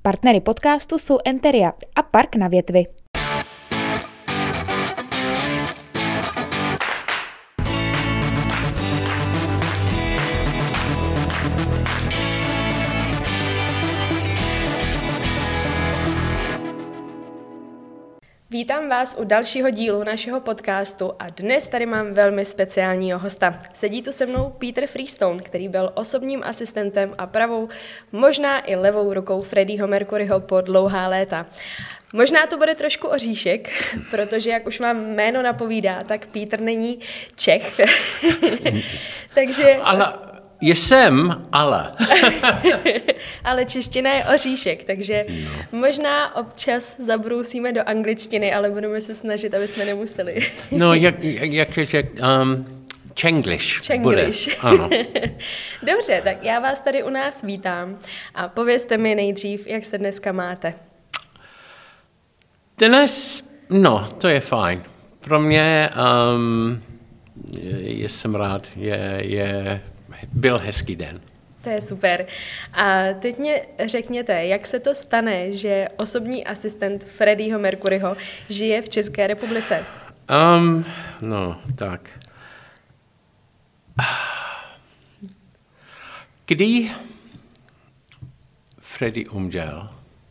Partnery podcastu jsou Enteria a Park na Větvi. Vítám vás u dalšího dílu našeho podcastu a dnes tady mám velmi speciálního hosta. Sedí tu se mnou Peter Freestone, který byl osobním asistentem a pravou, možná i levou rukou Freddieho Mercuryho po dlouhá léta. Možná to bude trošku oříšek, protože jak už vám jméno napovídá, tak Peter není Čech. Takže... Ale čeština je oříšek, takže možná občas zabrousíme do angličtiny, ale budeme se snažit, aby jsme nemuseli. Čenglish. Ano. Dobře, tak já vás tady u nás vítám a povězte mi nejdřív, jak se dneska máte. Dnes, to je fajn. Pro mě jsem rád, byl hezký den. To je super. A teď mě řekněte, jak se to stane, že osobní asistent Freddieho Mercuryho žije v České republice? Tak. Kdy Freddie umřel,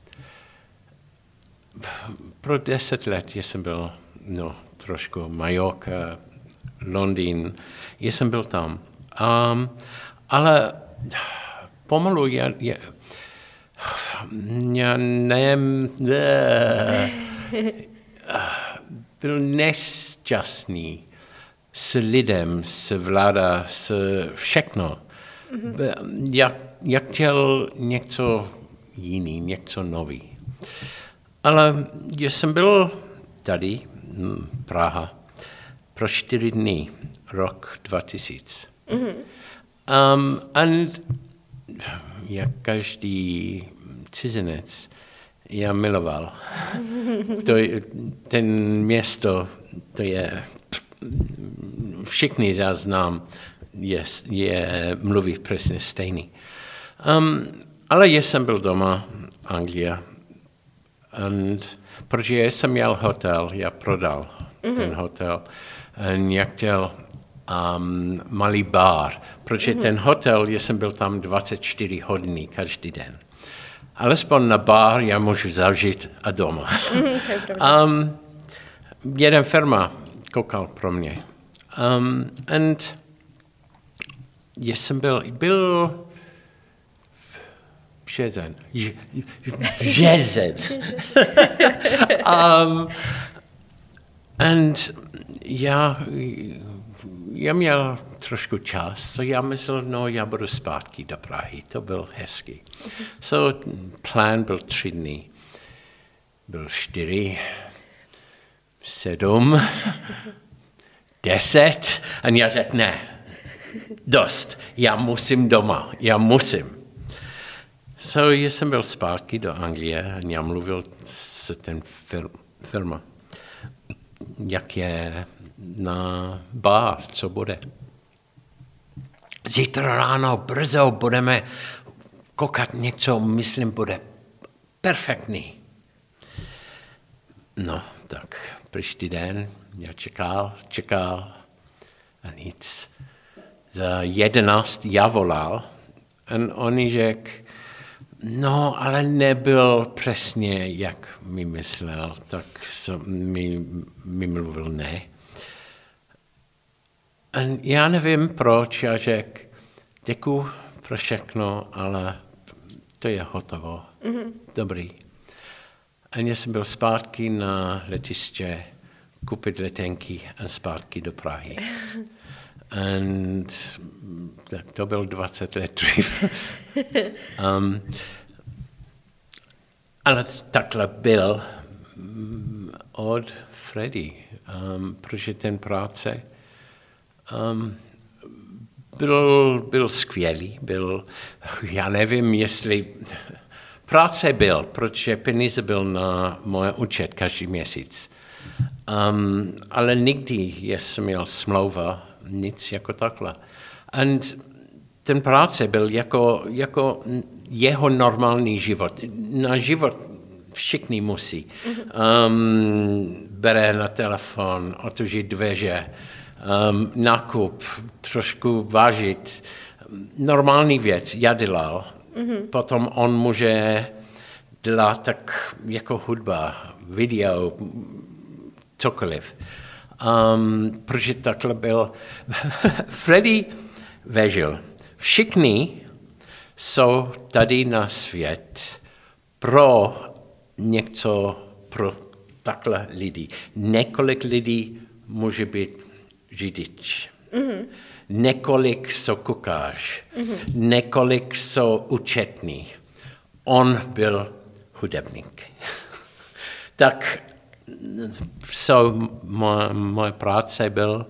pro 10 let jsem byl, trošku Majorka, Londýn, jsem byl tam. Ale pomalu byl nešťastný s lidem, s vláda, s všechno. Jak chtěl něco jiný, něco nový. Ale jsem byl tady, Praha, pro 4 dny, rok 2000. Jak každý cizinec, já miloval. Ten město, to je, všichni já znám, mluví přesně stejný. Ale jsem byl doma, Anglie, protože jsem měl hotel, já prodal ten hotel. Já chtěl malý bar, protože ten hotel, jsem byl tam 24 hodin každý den. Alespoň na bar já můžu zavřít a doma. Jeden firma koukal pro mě. Jsem byl březen. Já měl trošku čas, já myslel, já budu zpátky do Prahy, to byl hezký. Plán byl 3 dny, byl 4, 7, 10 a já řekl, ne, dost, já musím doma, já musím. Jsem byl zpátky do Anglie a já mluvil s ten firma, jak je na bar, co bude. Zítra ráno brzo budeme koukat něco, myslím, bude perfektní. Tak příští den já čekal a nic. Za 11 já volal a oni řekl, ale nebyl přesně, jak mi myslel, tak mi mluvil ne. A já nevím proč, já řekl, děkuji pro všechno, ale to je hotovo. Dobrý. A já jsem byl zpátky na letiště, koupit letenky a zpátky do Prahy. To byl 20 let dřív. Ale takhle byl od Freddie, protože ten práce byl skvělý, já nevím, jestli práce byl, protože peníze byl na moje účet každý měsíc. Ale nikdy jsem měl smlouva, nic jako takhle. ten práce byl jako jeho normální život. Na život všichni musí. Bere na telefon, otevřít dveře, nákup, trošku vážit. Normální věc, já dělal. Potom on může dělat tak jako hudba, video, cokoliv. Protože takhle byl. Freddy věřil. Všichni jsou tady na svět pro něco, pro takhle lidi. Několik lidí může být řidič. Několik jsou kuchař. Několik jsou účetní. On byl hudebník. Tak moje práce byl,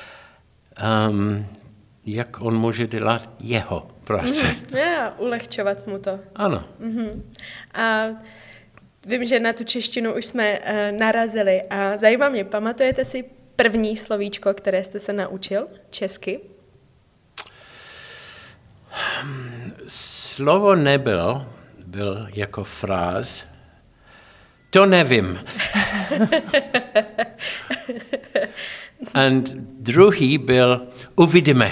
jak on může dělat jeho práce. Ulehčovat mu to. Ano. A vím, že na tu češtinu už jsme narazili a zajímá mě, pamatujete si první slovíčko, které jste se naučil česky? Slovo nebylo, byl jako fráz. To nevím. A druhý byl uvidíme.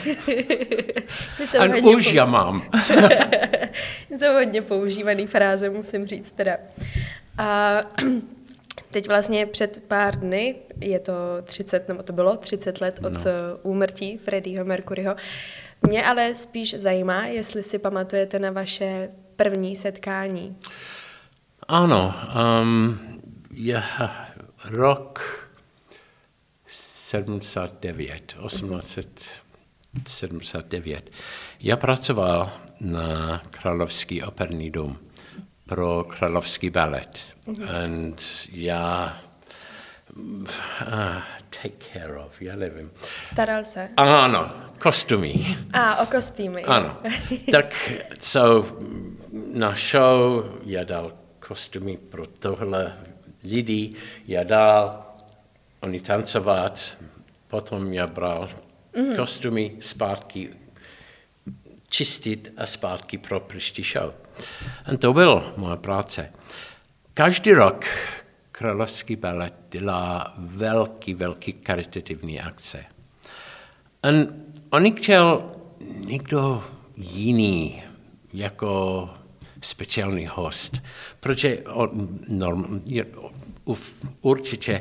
A už já mám. Jsou hodně používaný fráze, musím říct teda. A teď vlastně před pár dny, je to 30, nebo to bylo 30 let od úmrtí Freddieho Mercuryho. Mě ale spíš zajímá, jestli si pamatujete na vaše první setkání. Ano, rok 1879. Já pracoval na Královský operní dům pro Královský balet. And já take care of, já nevím. Staral se? Ano, kostumy. O kostýmy. Ano, tak na show já dal kostumy pro tohle lidi, já dal oni tancovat, potom já bral kostumy zpátky, čistit a zpátky pro příští show. A to byla moje práce. Každý rok Královský balet dělá velký karitativní akce. A oni chtěl někdo jiný, jako speciální host, protože určitě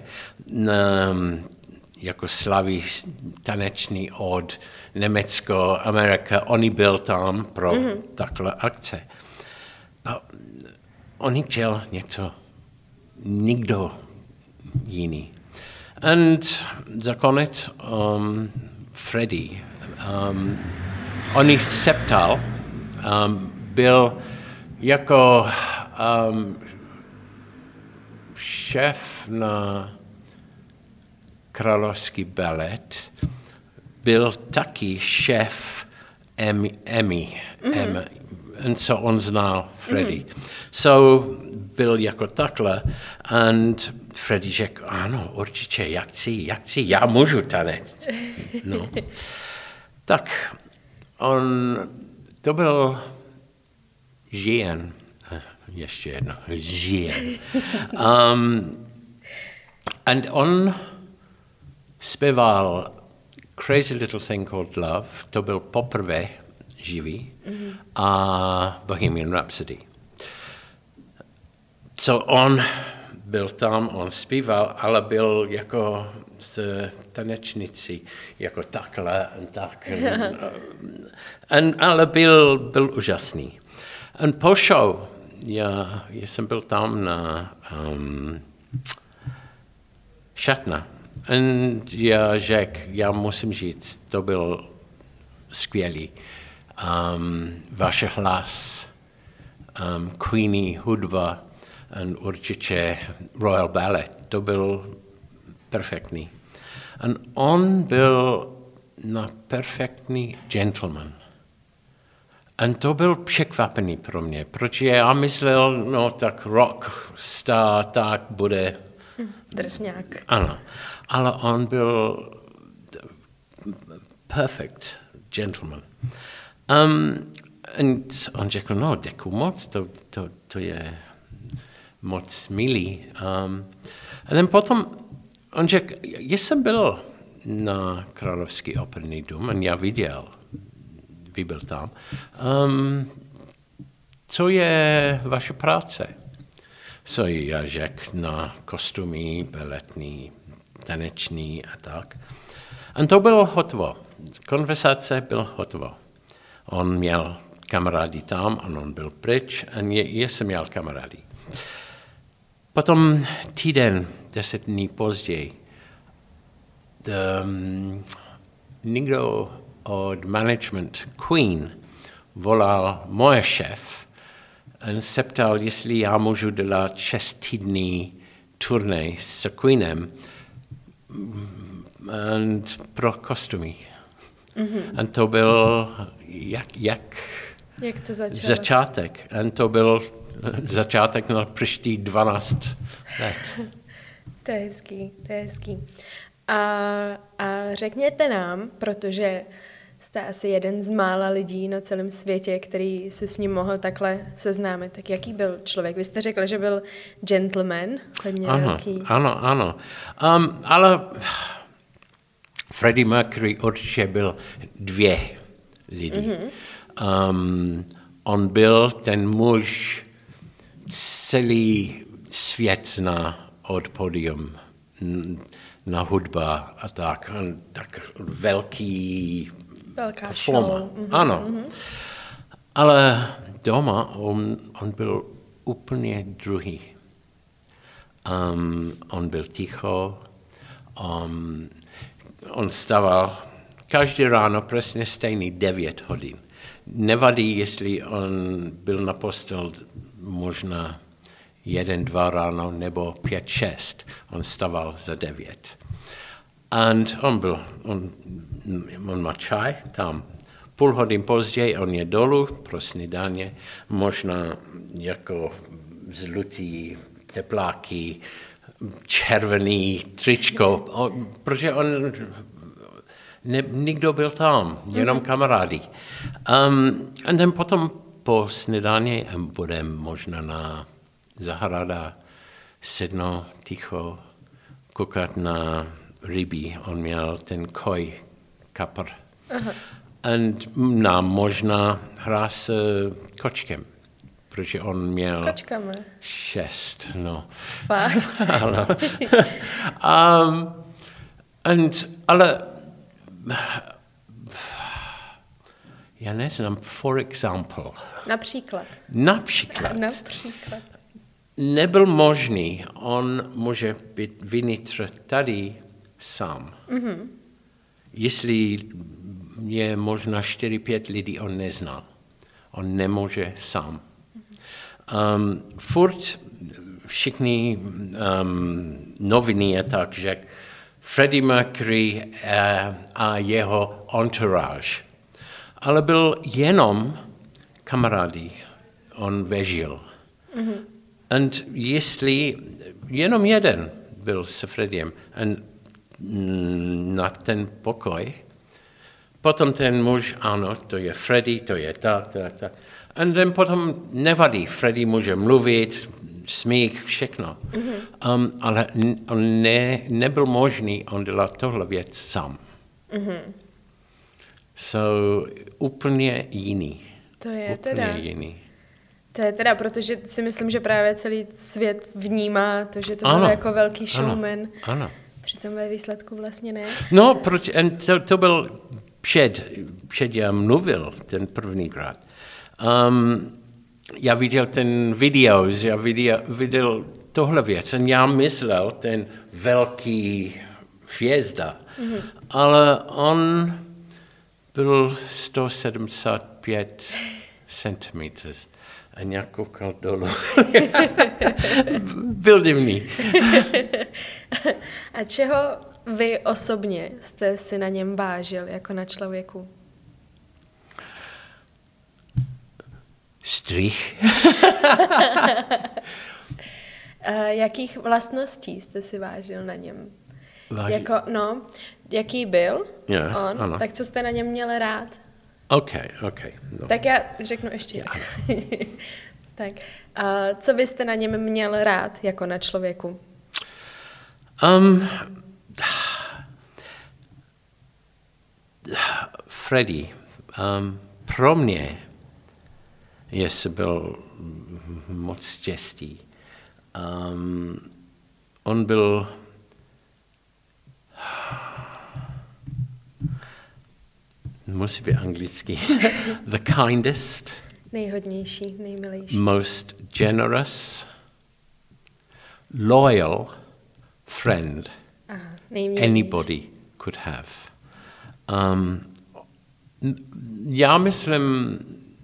jako slaví taneční od Německo, Amerika, oni byl tam pro takhle akce. A oni chtěl něco, nikdo jiný. A za konec Freddie, oni se ptal, byl jako šéf na Královský balet, byl taky šéf Emmy. A co on znal Freddie. So byl jako takhle. And Freddie řekl, ano, určitě, jak chci, já můžu tanec. No. Tak to byl žien. Ještě jedno, žien. And on zpěval Crazy Little Thing Called Love, to byl poprvé živý, a Bohemian Rhapsody. So on byl tam, on zpíval, ale byl jako z tanečnici, jako takhle, tak. Ale byl úžasný. A po show, já jsem byl tam na Šatna. A já řekl, já musím říct, to byl skvělý. Váš hlas, Queenie hudba, a určitě Royal Ballet, to byl perfektní. A on byl perfektní gentleman. A to byl překvapený pro mě, protože já myslel, no tak rock star, tak bude... Drsňák. Ano, ale on byl perfect gentleman. On řekl, no, děkuji moc, to je moc milý. A potom on řekl, jsem byl na Královský operní dům a já viděl, byl tam, co je vaše práce? Co já řekl na kostumy, baletní, taneční a tak. A to bylo hotovo. Konverzace byla hotovo. On měl kamarády tam, a on byl pryč, a já jsem měl kamarády. Potom týden, 10 dní později, někdo od management Queen volal moje šéf a se ptal, jestli já můžu dělat 6 týdní turnej s Queenem pro kostumy. A to byl jak to začalo? Začátek. A to byl začátek na příští 12 let. To je hezký. A řekněte nám, protože jste asi jeden z mála lidí na celém světě, který se s ním mohl takhle seznámit. Tak jaký byl člověk? Vy jste řekl, že byl gentleman, hodně velký. Ano. Ale Freddie Mercury určitě byl 2 lidi. On byl ten muž, celý svět zná od podium, na hudba a tak. Tak velká performer. Show. Ano. Ale doma on byl úplně druhý. On byl ticho. On stával každý ráno přesně stejný 9 hodin. Nevadí, jestli on byl na postel možná 1-2 ráno nebo 5-6. On stával za 9. A on má čaj tam. Půl hodin později on je dolů pro snídaně, možná jako žlutý tepláky, červený tričko, protože nikdo byl tam, jenom kamarádi. A potom po snídaně budeme možná na zahrada sednout ticho, koukat na ryby. On měl ten koj, kapr. A možná hrát s kočkem, protože on měl... S kočkami? 6, no. Fakt? Ano. Ale já neznám, for example. Například. Nebyl možný, on může být vnitř tady sám. Jestli je možná 4-5 lidí, on neznal. On nemůže sám. Furt všichni noviny a tak, že Freddie Mercury a jeho entourage. Ale byl jenom kamarády, on věřil. A jestli jenom jeden byl s Freddiem na ten pokoj, potom ten muž, ano, to je Freddie, to je ta. A potom nevadí, Freddie může mluvit, smích, všechno. Ale on nebyl možný, on dělal tohle věc sám. Úplně jiný. To je úplně teda jiný. To je teda, protože si myslím, že právě celý svět vnímá to, že to byl jako velký showman. Ano. Přitom ve výsledku vlastně ne. No, to byl před já mluvil ten prvníkrát. Já viděl ten videos, já viděl tohle věc a já myslel ten velký hvězda, ale on byl 175 centimetrů a já koukal dolů. Byl divný. A čeho vy osobně jste si na něm vážil jako na člověku? Střih. Jakých vlastností jste si vážil na něm? Jaký byl on, Ano. tak co jste na něm měl rád? OK. No. Tak já řeknu ještě jedno. Tak, a co byste na něm měl rád, jako na člověku? Freddie, pro mě jestli byl moc štěstí. On byl musí být anglicky. The kindest. Nejhodnější, nejmilejší. Most generous. Loyal friend. Aha, nejvěrnější. Anybody could have. Já myslím,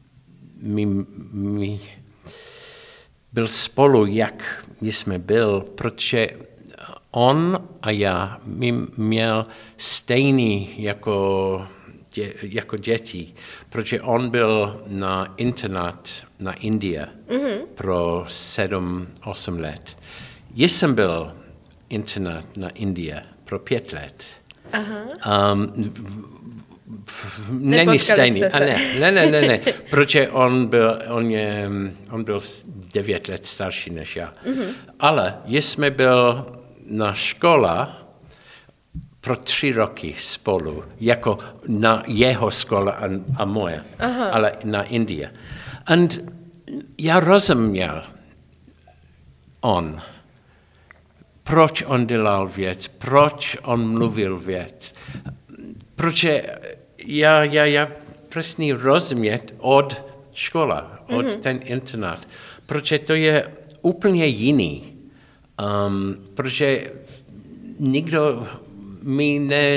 my byl spolu, jak jsme byl, protože on a já měl stejný jako děti, protože on byl na internát na Indii pro 7-8 let. Já jsem byl internát na Indii pro 5 let. Aha. Není stejný. Ne, protože on byl 9 let starší než já. Ale jsme byl na škole pro 3 roky spolu, jako na jeho škole a moje, ale na Indii. A já rozuměl proč on dělal věc, proč on mluvil věc. Protože já přesně rozumět od školy, od ten internát, protože to je úplně jiný. Protože nikdo mi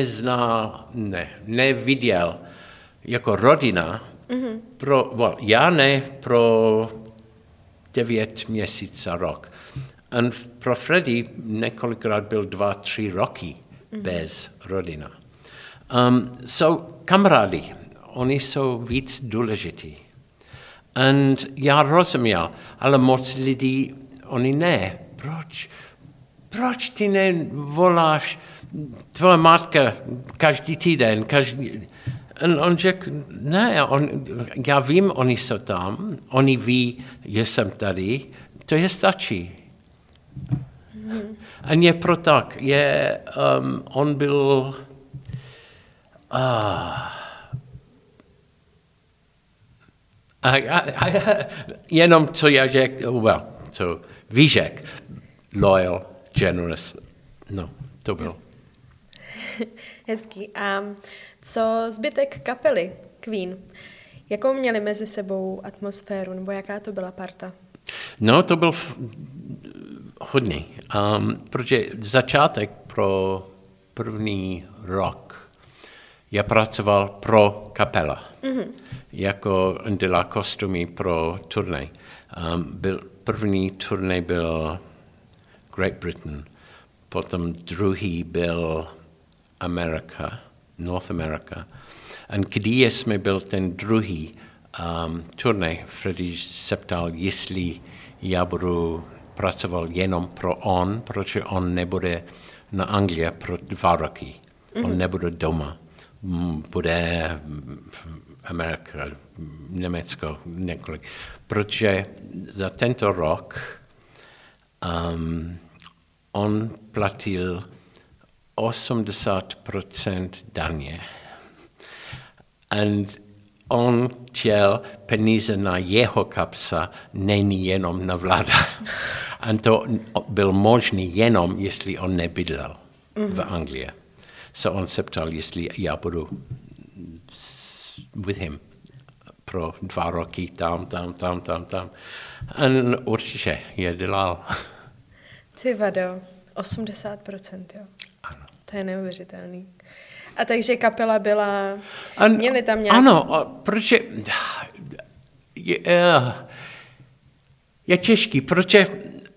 neviděl jako rodina, já ne pro 9 měsíců a rok. A pro Freddie několikrát byl 2-3 roky bez rodina. So kamarádi, oni jsou víc důležití. A já rozuměl, ale moc lidí, oni ne. Proč ty nevoláš tvoje matka každý týden? On řekl, ne, já vím, oni jsou tam, oni ví, že jsem tady, to je stačí. A je pro tak, on byl jenom co já řekl, co ví řekl, loyal, generous, no, to byl. Hezký. A co zbytek kapely Queen? Jakou měli mezi sebou atmosféru, nebo jaká to byla parta? No, to byl hodně, protože začátek pro první rok já pracoval pro kapela, jako dělal kostumy pro turné. První turné byl Great Britain, potom druhý byl North America. A když jsme byl ten druhý turné, Freddie se ptal, jestli já budu pracoval jenom pro on, protože on nebude na Anglii pro 2 roky. On nebude doma. Bude Amerika, Německo, několik. Protože za tento rok on platil 80% daně. A on chtěl peníze na jeho kapsa, není jenom na vláda. A to byl možný jenom, jestli on nebydlel v Anglii. So on se ptal, jestli já budu with him pro 2 roky tam. A určitě je dělal. Ty vado, 80%, jo. Ano. To je neuvěřitelný. A takže kapela byla, měli tam nějaký... Ano, protože je těžký, protože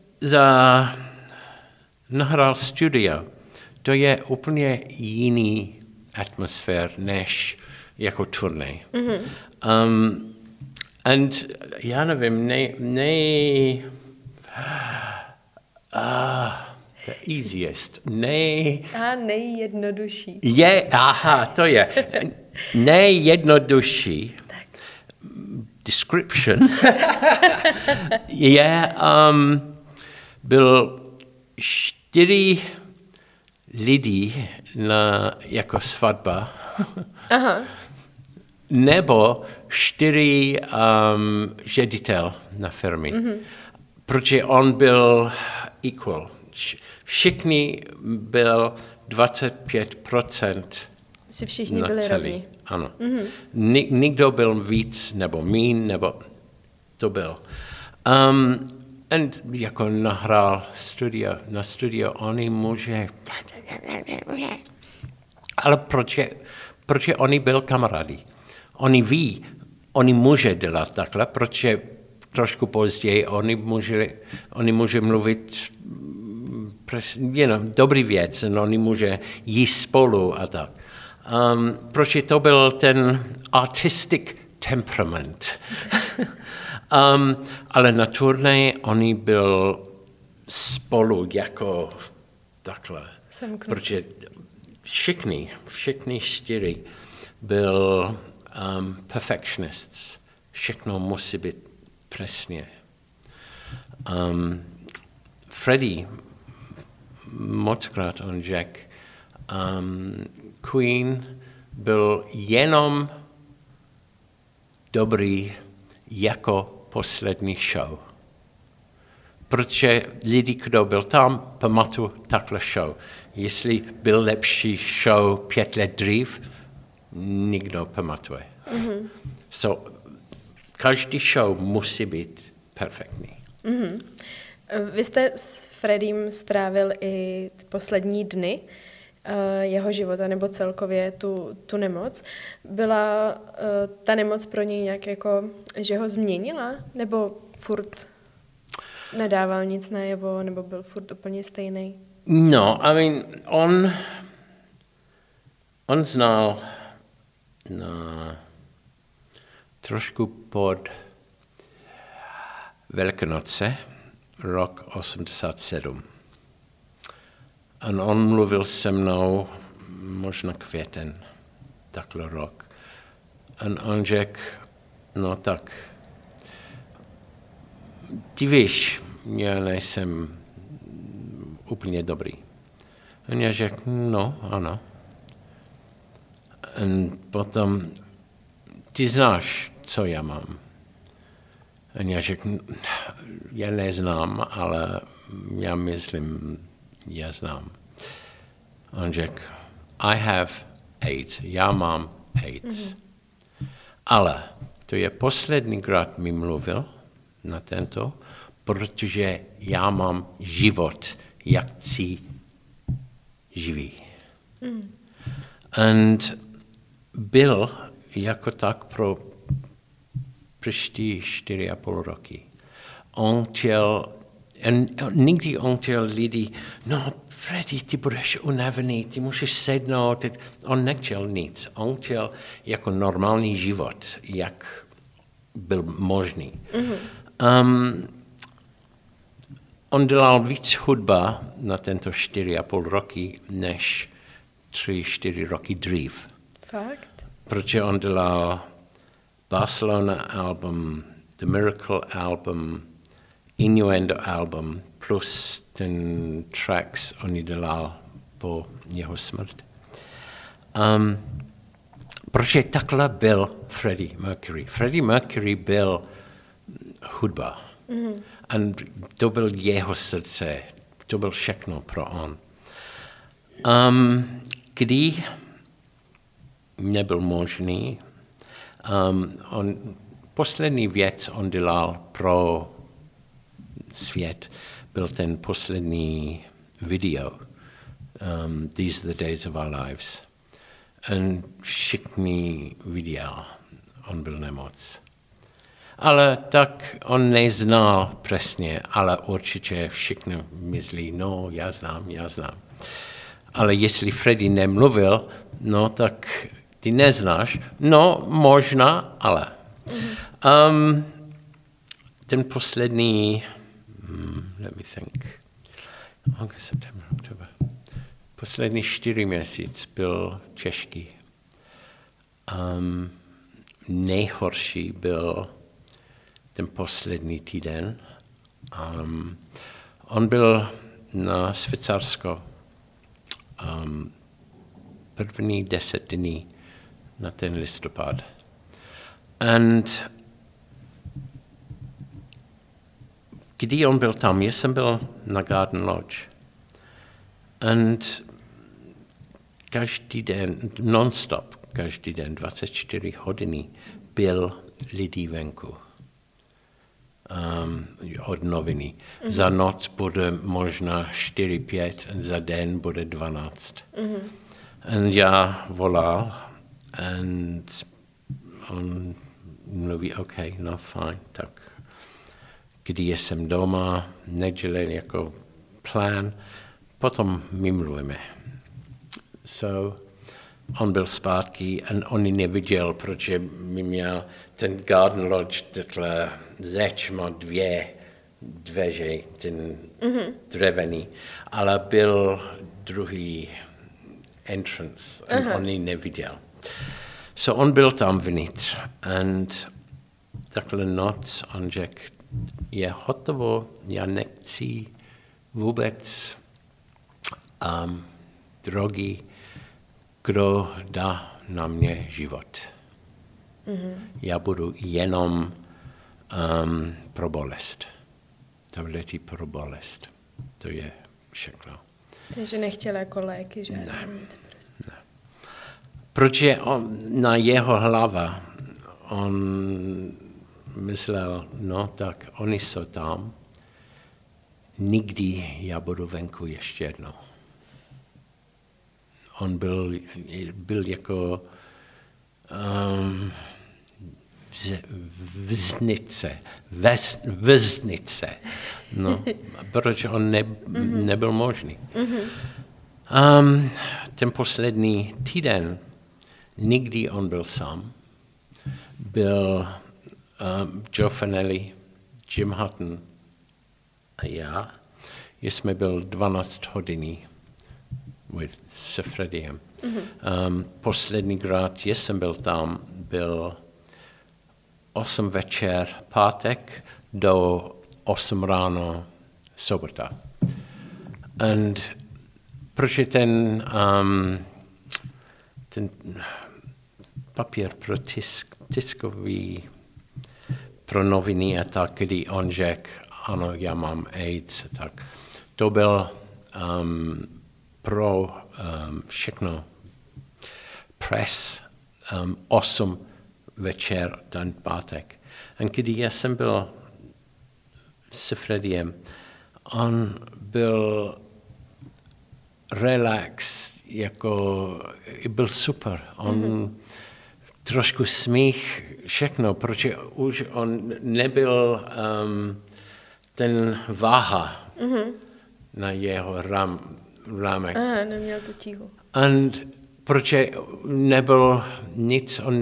nahrál studio, to je úplně jiný atmosfér, než jako turné. And já nevím, the easiest. nejjednodušší. To je. nejjednodušší description je, byl 4 lidí jako svatba. Aha. Nebo 4 ředitel na firmě. Protože on byl equal. Všichni byl 25% Si všichni na byli celý. rovní. Ano. Nikdo byl víc nebo míň, nebo to byl. And jako nahrál na studio, oni může... Ale proč oni byl kamarádi? Oni ví, oni může dělat takhle, protože trošku později oni může mluvit dobrý věc, oni může jíst spolu a tak. Protože to byl ten artistic temperament. Ale na turné oni byl spolu jako takhle. Protože všichni 4 byl perfectionists. Všechno musí být přesně. Freddie mockrát on řekl, Queen byl jenom dobrý jako poslední show. Protože lidi, kdo byl tam, pamatují takhle show. Jestli byl lepší show 5 let dřív, nikdo pamatuje. So, každý show musí být perfektní. Vy jste s Freddiem strávil i ty poslední dny jeho života, nebo celkově tu nemoc. Byla ta nemoc pro něj nějak jako, že ho změnila? Nebo furt nedával nic najevo, nebo byl furt úplně stejný? No, I mean, on znal trošku pod Velikonoce, rok 87. A on mluvil se mnou možná květen, takhle rok. A on řekl, no tak, ty víš, já nejsem úplně dobrý. A já řekl, no, ano. A potom, ty znáš, co já mám. A já řekl, já neznám, ale já myslím, já znám. On řekl, I have AIDS, já mám AIDS. Ale to je poslední krát mi mluvil na tento, protože já mám život, jak si živý. And byl jako tak pro příští 4,5 roky. Nikdy on chtěl lidi, no Freddy, ty budeš unavený, ty můžeš sednout. On nechtěl nic. On chtěl jako normální život, jak byl možný. On dělal víc hudba na tento 4,5 roky, než 3-4 roky dřív. Fakt? Protože on dělal Barcelona album, The Miracle album, Innuendo album, plus ten tracks on dělal po jeho smrt. Protože takhle byl Freddie Mercury. Freddie Mercury byl hudba. A to byl jeho srdce. To byl všechno pro on. Kdy nebyl možný, poslední věc on dělal pro svět, byl ten poslední video, These are the Days of Our Lives. A všichni viděl, on byl nemoc. Ale tak on neznal přesně, ale určitě všichni myslí, no, já znám. Ale jestli Freddie nemluvil, no tak ty neznáš, no možná, ale. Ten poslední, let me think, August, September, October, poslední 4 měsíc byl těžký. Nejhorší byl ten poslední týden. On byl na Švýcarsko první 10 dní na ten listopad. And když on byl tam, já jsem byl na Garden Lodge. And každý den, non-stop, každý den, 24 hodiny, byl lidí venku. Od noviny. Za noc bude možná 4-5, za den bude 12. And já volal, and on mluví, OK, no fajn, tak když jsem doma, neděle jako plán, potom my mluvíme. So, on byl zpátky a on neviděl, protože mi měl ten Garden Lodge, takhle zeď má 2 dveře, ten drevený, ale byl druhý entrance a on ji neviděl. So on byl tam vnitř and takhle noc on řekl, je hotovo, já nechci vůbec drogy, kdo dá na mě život. Já budu jenom pro bolest. Tablety pro bolest. To je všechno. Takže nechtěl jako léky, že? Ne. Protože na jeho hlava on myslel, no tak oni jsou tam, nikdy já budu venku ještě jednou. On byl jako věznice. No, protože on nebyl možný. Ten poslední týden, nikdy on byl sám. Byl Joe Fanelli, Jim Hutton a já. Jsme byl 12 hodiny se Freddiem. Poslední krát, jsem byl tam, byl 8 večer pátek do 8 ráno sobota. And protože ten papír pro tiskový pro noviny a tak, kdy on řekl, ano, já mám AIDS a tak. To byl pro všechno press 8 večer ten pátek. A když já jsem byl s Freddiem, on byl relax, jako byl super. On trošku smích, všechno, protože už on nebyl ten váha na jeho rámek. Neměl tu tíhu. And protože nebyl nic, on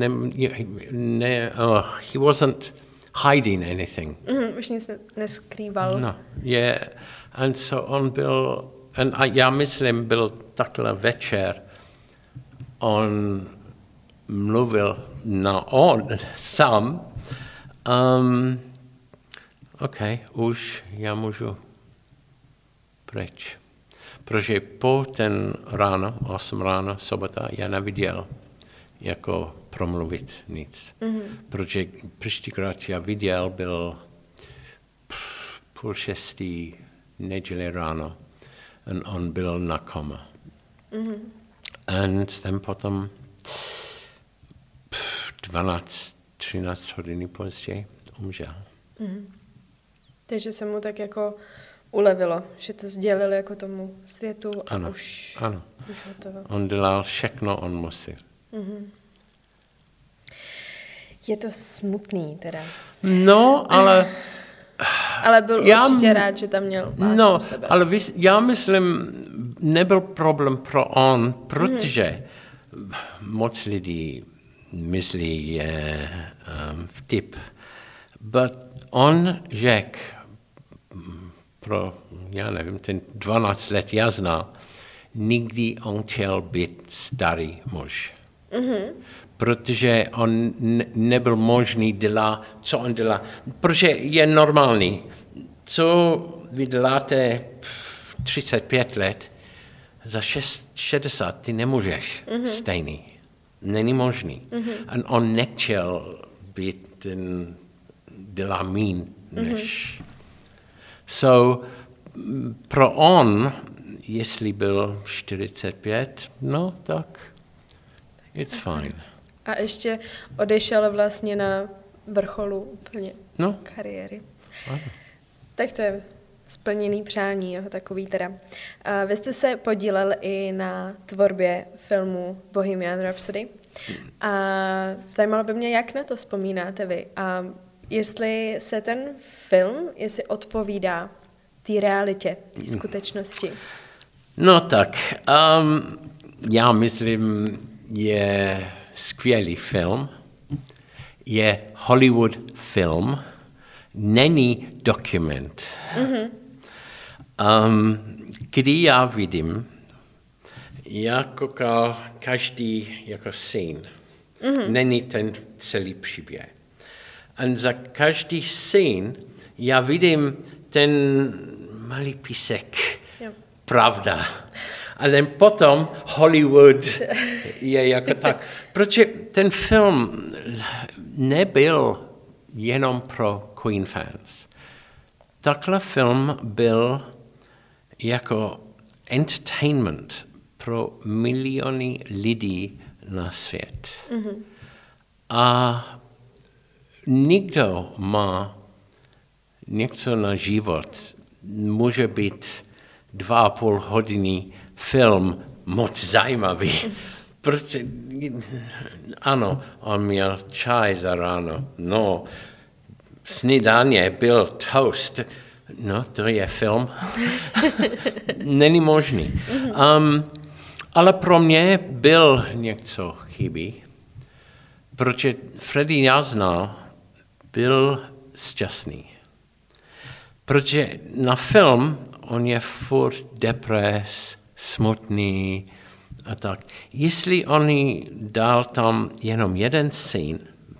he wasn't hiding anything. Už nic neskrýval. No, yeah. And so on byl, a já myslím, byl takhle večer, on mluvil on sám, OK, už já můžu pryč. Protože po ten ráno, 8 ráno, sobota, já neviděl jako promluvit nic. Protože příštíkrát já viděl, byl 5:30 neděle ráno a on byl na koma. A ten potom 12-13 hodiny později umřel. Takže se mu tak jako ulevilo, že to sdělil jako tomu světu a ano, už hotovo. On dělal všechno, on musel. Je to smutný teda. No, ale... Ale byl určitě rád, že tam měl vás u sebe. Ale já myslím, nebyl problém pro on, protože moc lidí myslí, je vtip. But on řekl, já nevím, ten 12 let já znal, nikdy on chtěl být starý muž. protože on nebyl možný dělat, co on dělá. Protože je normální. Co vy děláte 35 let, za 60 ty nemůžeš stejný. Není možný. A on nechtěl být ten dělá míň než. So, pro on, jestli byl 45, no tak it's fine. A ještě odešel vlastně na vrcholu úplně kariéry. Ano. Tak to je splněný přání, jo, takový teda. A vy jste se podílel i na tvorbě filmu Bohemian Rhapsody. A zajímalo by mě, jak na to vzpomínáte vy. A jestli se ten film, jestli odpovídá té realitě, té skutečnosti. No tak, já myslím, je skvělý film, je Hollywood film, není dokument. Kdy já vidím, já koukal každý jako scén. Není ten celý příběh. A za každý scén já vidím ten malý písek, pravda. Ale potom Hollywood je jako tak. Protože ten film nebyl jenom pro Queen fans. Takhle film byl jako entertainment pro miliony lidí na svět. A nikdo má něco na život. Může být 2,5 hodiny film moc zajímavý. Protože, ano, on měl čaj za ráno. No, snídaně byl toast. No, to je film. Není možný. Ale pro mě byl něco chybí, protože Freddie Jasna byl šťastný. Protože na film on je furt depres, smutný a tak. Jestli oni dal tam jenom jeden scén,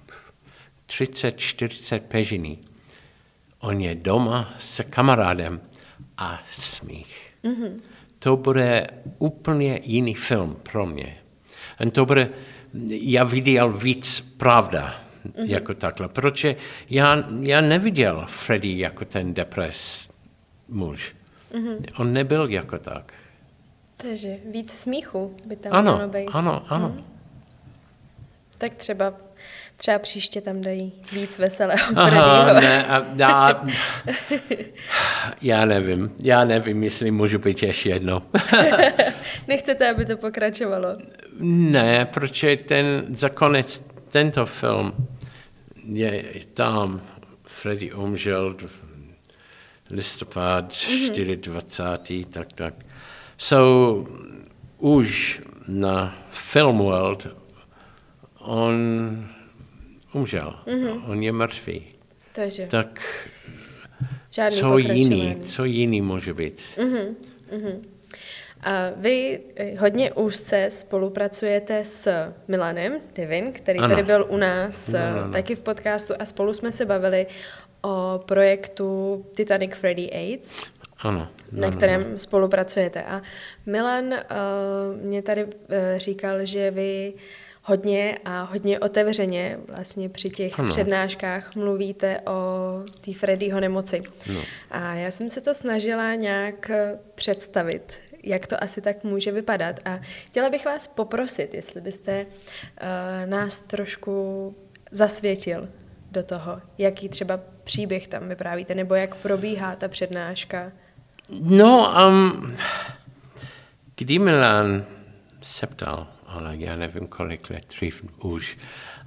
30-40 pežiny, on je doma s kamarádem a smích. To bude úplně jiný film pro mě. A to bude, já viděl víc pravda, jako takhle. Protože já neviděl Freddie jako ten depres muž. On nebyl jako tak. Takže víc smíchu by tam mělo být. Ano. Tak třeba příště tam dají víc veselého Freddieho. Já nevím, jestli můžu být ještě jednou. Nechcete, aby to pokračovalo? Ne, protože za konec tento film je tam, Freddie umřel listopad 24. tak. So, už na Film World on umřel. On je mrtvý. Takže. Tak co jiný může být? A vy hodně úzce spolupracujete s Milanem Divin, který tady byl u nás taky v podcastu a spolu jsme se bavili o projektu Titanic Freddie AIDS, na kterém spolupracujete. A Milan mě tady říkal, že vy hodně otevřeně vlastně při těch přednáškách mluvíte o té Freddieho nemoci. A já jsem se to snažila nějak představit, jak to asi tak může vypadat. A chtěla bych vás poprosit, jestli byste nás trošku zasvětil do toho, jaký třeba příběh tam vyprávíte, nebo jak probíhá ta přednáška. No, kdy Milan se ptal, ale já nevím, kolik let dřív už,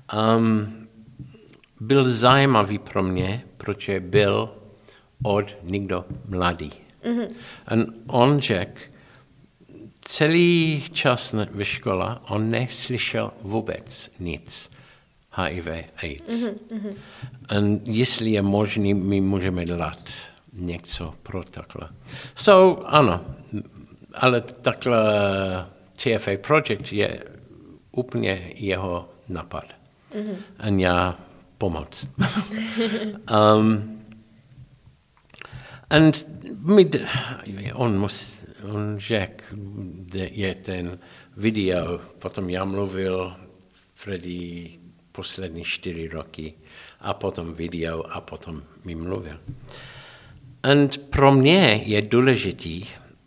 byl zajímavý pro mě, protože byl od někdo mladý. A on řekl, celý čas ve škole on neslyšel vůbec nic HIV AIDS. A jestli je možný, my můžeme dělat něco pro takhle. So, ano, ale takhle TFA projekt je úplně jeho napad. A já pomoct. On řekl, je ten video, potom já mluvil Freddy poslední 4 roky a potom video a potom mi mluvil. A pro mě je důležitý,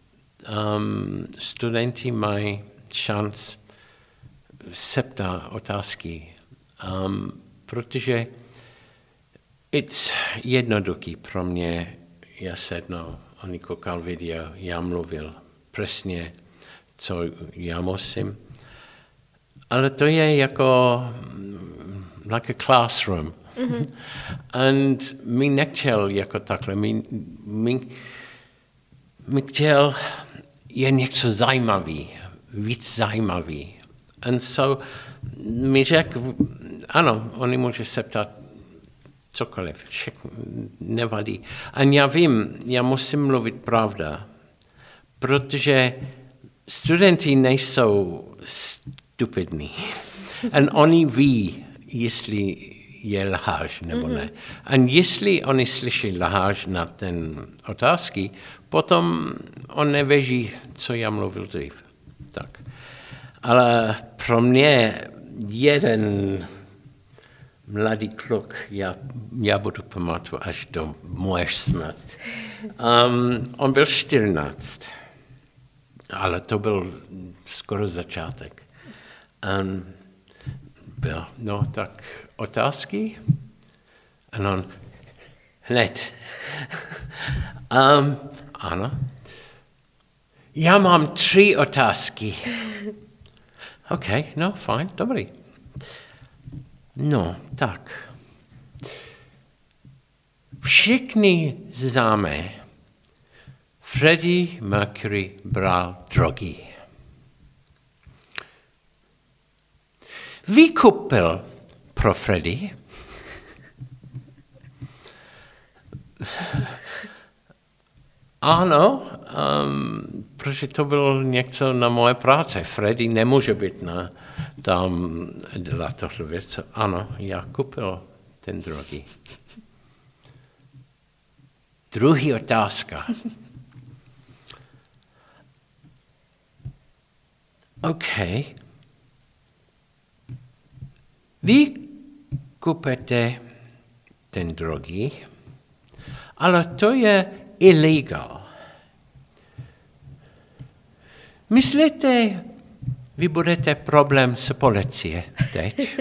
studenti mají šanc se ptát otázky, protože je jednoduchý pro mě, já sednu, on koukal video, já mluvil přesně, co já musím. Ale to je jako like a classroom. And mi nechtěl jako takhle, mi chtěl je něco zajímavý, víc zajímavý. And so mi řekl, ano, oni může se ptát cokoliv, nevadí. A já vím, já musím mluvit pravda, protože studenti nejsou stupidní. A oni ví, jestli je lhář nebo ne. A jestli oni slyší lhář na ten otázky, potom on nevěří, co já mluvil dřív. Tak. Ale pro mě jeden mladý kluk, já budu pamatovat až do moje smrt. On byl 14, ale to byl skoro začátek. Byl, no tak otázky? A on hned. Ano. Já mám 3 otázky. OK, no, fajn, dobrý. No, tak. Všichni známe, Freddie Mercury bral drogy. Vykupil pro Freddie ano, protože to bylo něco na moje práce. Freddie nemůže být tam dělat tohle věc. Ano, já koupil ten drogy. Druhý otázka. OK. Vy kupujete ten drogy, ale to je illegal. Myslíte, vy budete problém s policie teď?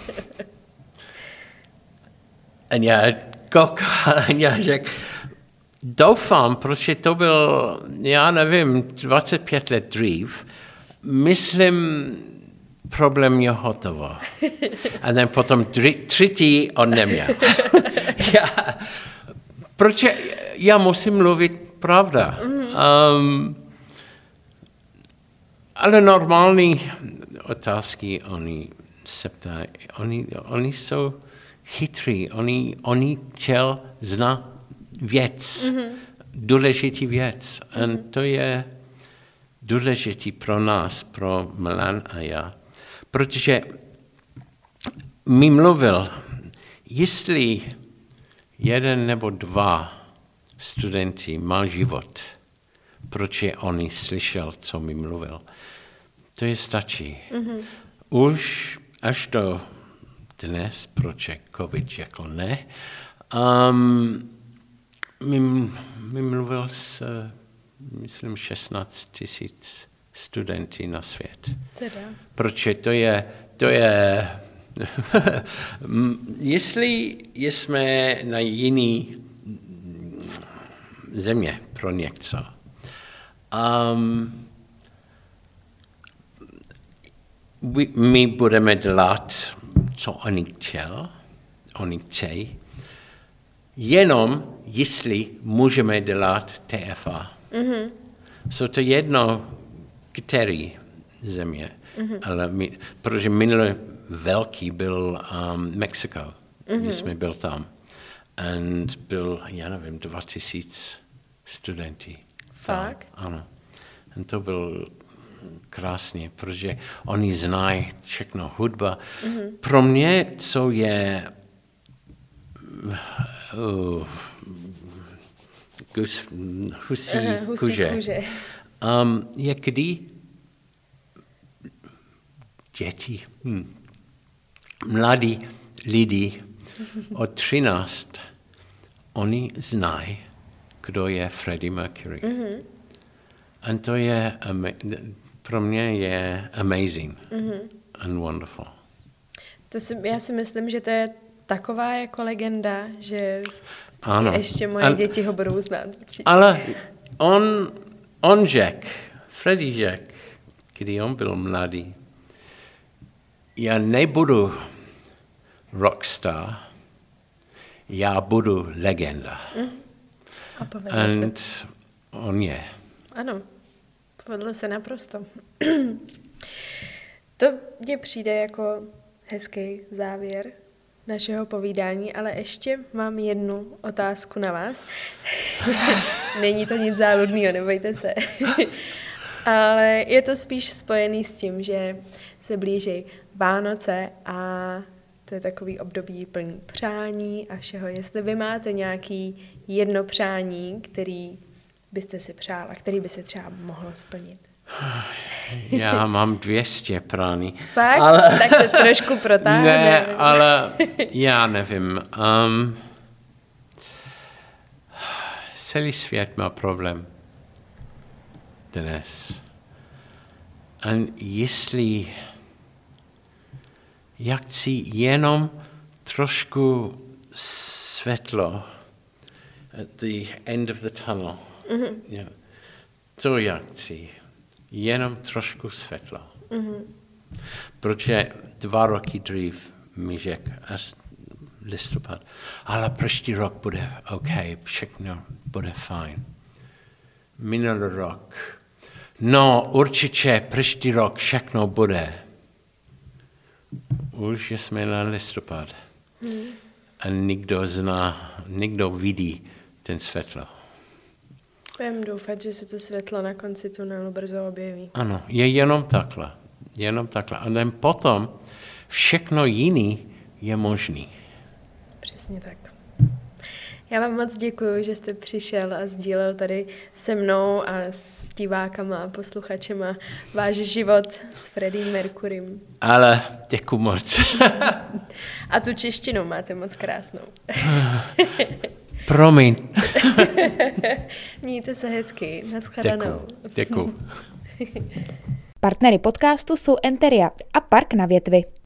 A já koukal a já řekl, doufám, protože to byl, já nevím, 25 let dřív, myslím, problém je hotovo. A potom 3. on neměl. Proč já musím mluvit pravda. Ale normální otázky, oni se ptají, oni jsou chytrý, oni chtěl znát věc, důležitý věc. A to je důležitý pro nás, pro Milan a já. Protože mi mluvil, jestli 1 nebo 2 studenti má život, proč oni slyšel, co mi mluvil. To je stačí. Už až do dnes, proč COVID řekl ne, mi mluvil s, myslím, 16 000 studentů na svět. Proč to je jestli jsme na jiný země pro něco, my budeme dělat, co oni chtějí, jenom jestli můžeme dělat TFA. So to jedno, který země, ale protože minulý velký byl Mexiko, jsme byl tam. A byl, já nevím, 2000 studentů. Fakt? Ano. A to byl krásně, protože oni znají všechno hudba. Pro mě, co je husí kůže. Je kdy děti, mladí lidi od 13, oni znají, kdo je Freddie Mercury. A to je, pro mě je amazing and wonderful. Já si myslím, že to je taková jako legenda, že ano. Ještě moje děti ho budou znát. Určitě. Ale on řekl, Freddie řekl, když on byl mladý, já nebudu rockstar, já budu legenda. A povedlo se. On je. Ano, povedlo se naprosto. To mně přijde jako hezký závěr našeho povídání, ale ještě mám jednu otázku na vás. Není to nic záludného, nebojte se. Ale je to spíš spojený s tím, že se blíží Vánoce a to je takový období plný přání a všeho. Jestli vy máte nějaký jedno přání, který byste si přála, který by se třeba mohlo splnit? Já mám 200 prání. Fakt? Ale... Tak to trošku protáhne. Ne, ale já nevím. Celý svět má problém dnes. A jestli já chci jenom trošku světlo at the end of the tunnel. Yeah. To já chci. Jenom trošku světlo. Protože 2 roky dřív mi řekl, až listopad, ale příští rok bude OK, všechno bude fajn. Minulý rok, no určitě příští rok všechno bude. Už jsme na listopad. A nikdo vidí ten světlo. Budeme doufat, že se to světlo na konci tunelu brzo objeví. Ano, je jenom takhle. A potom všechno jiné je možný. Přesně tak. Já vám moc děkuji, že jste přišel a sdílel tady se mnou a s divákama a posluchačema váš život s Freddiem Mercurym. Ale děkuji moc. A tu češtinu máte moc krásnou. Promiň. Mějte se hezky. Naschledanou. Děkuji. Partnery podcastu jsou Enteria a Park na Větvi.